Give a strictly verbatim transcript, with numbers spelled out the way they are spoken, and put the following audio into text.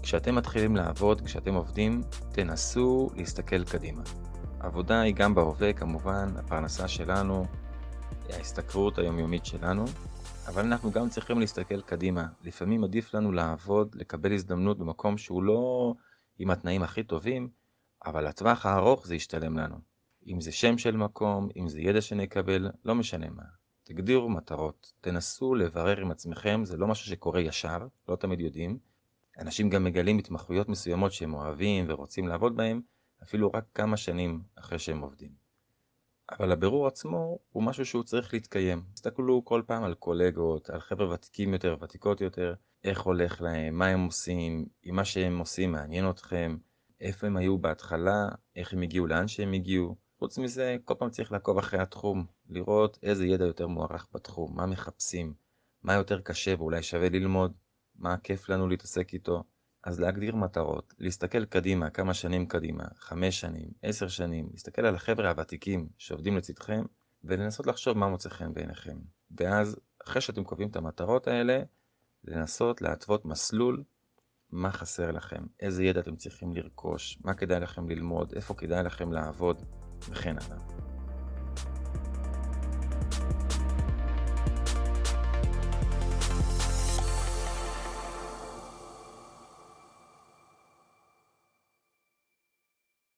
כשאתם מתחילים לעבוד, כשאתם עובדים, תנסו להסתכל קדימה. העבודה היא גם בהווה, כמובן, הפרנסה שלנו, ההסתכרות היומיומית שלנו, אבל אנחנו גם צריכים להסתכל קדימה. לפעמים עדיף לנו לעבוד, לקבל הזדמנות במקום שהוא לא עם התנאים הכי טובים, אבל לטווח הארוך זה ישתלם לנו. אם זה שם של מקום, אם זה ידע שנקבל, לא משנה מה. תגדירו מטרות, תנסו לברר עם עצמכם, זה לא משהו שקורה ישר, לא תמיד יודעים. אנשים גם מגלים התמחויות מסוימות שהם אוהבים ורוצים לעבוד בהם, אפילו רק כמה שנים אחרי שהם עובדים. אבל הבירור עצמו הוא משהו שהוא צריך להתקיים. תסתכלו כל פעם על קולגות, על חבר'ה ותיקים יותר, ותיקות יותר, איך הולך להם, מה הם עושים, אם מה שהם עושים מעניין אתכם, איפה הם היו בהתחלה, איך הם הגיעו לאן שהם הגיעו. חוץ מזה, כל פעם צריך לעקוב אחרי התחום, לראות איזה ידע יותר מוערך בתחום, מה מחפשים, מה יותר קשה ואולי שווה ללמוד, מה כיף לנו להתעסק איתו. אז להגדיר מטרות, להסתכל קדימה, כמה שנים קדימה, חמש שנים, עשר שנים, להסתכל על החבר'ה הוותיקים שעובדים לצדכם, ולנסות לחשוב מה מוצא חן בעיניכם. ואז, אחרי שאתם קובעים את המטרות האלה, לנסות להתוות מסלול, מה חסר לכם, איזה ידע אתם צריכים לרכוש, מה כדאי לכם ללמוד, איפה כדאי לכם לעבוד, וכן הלאה.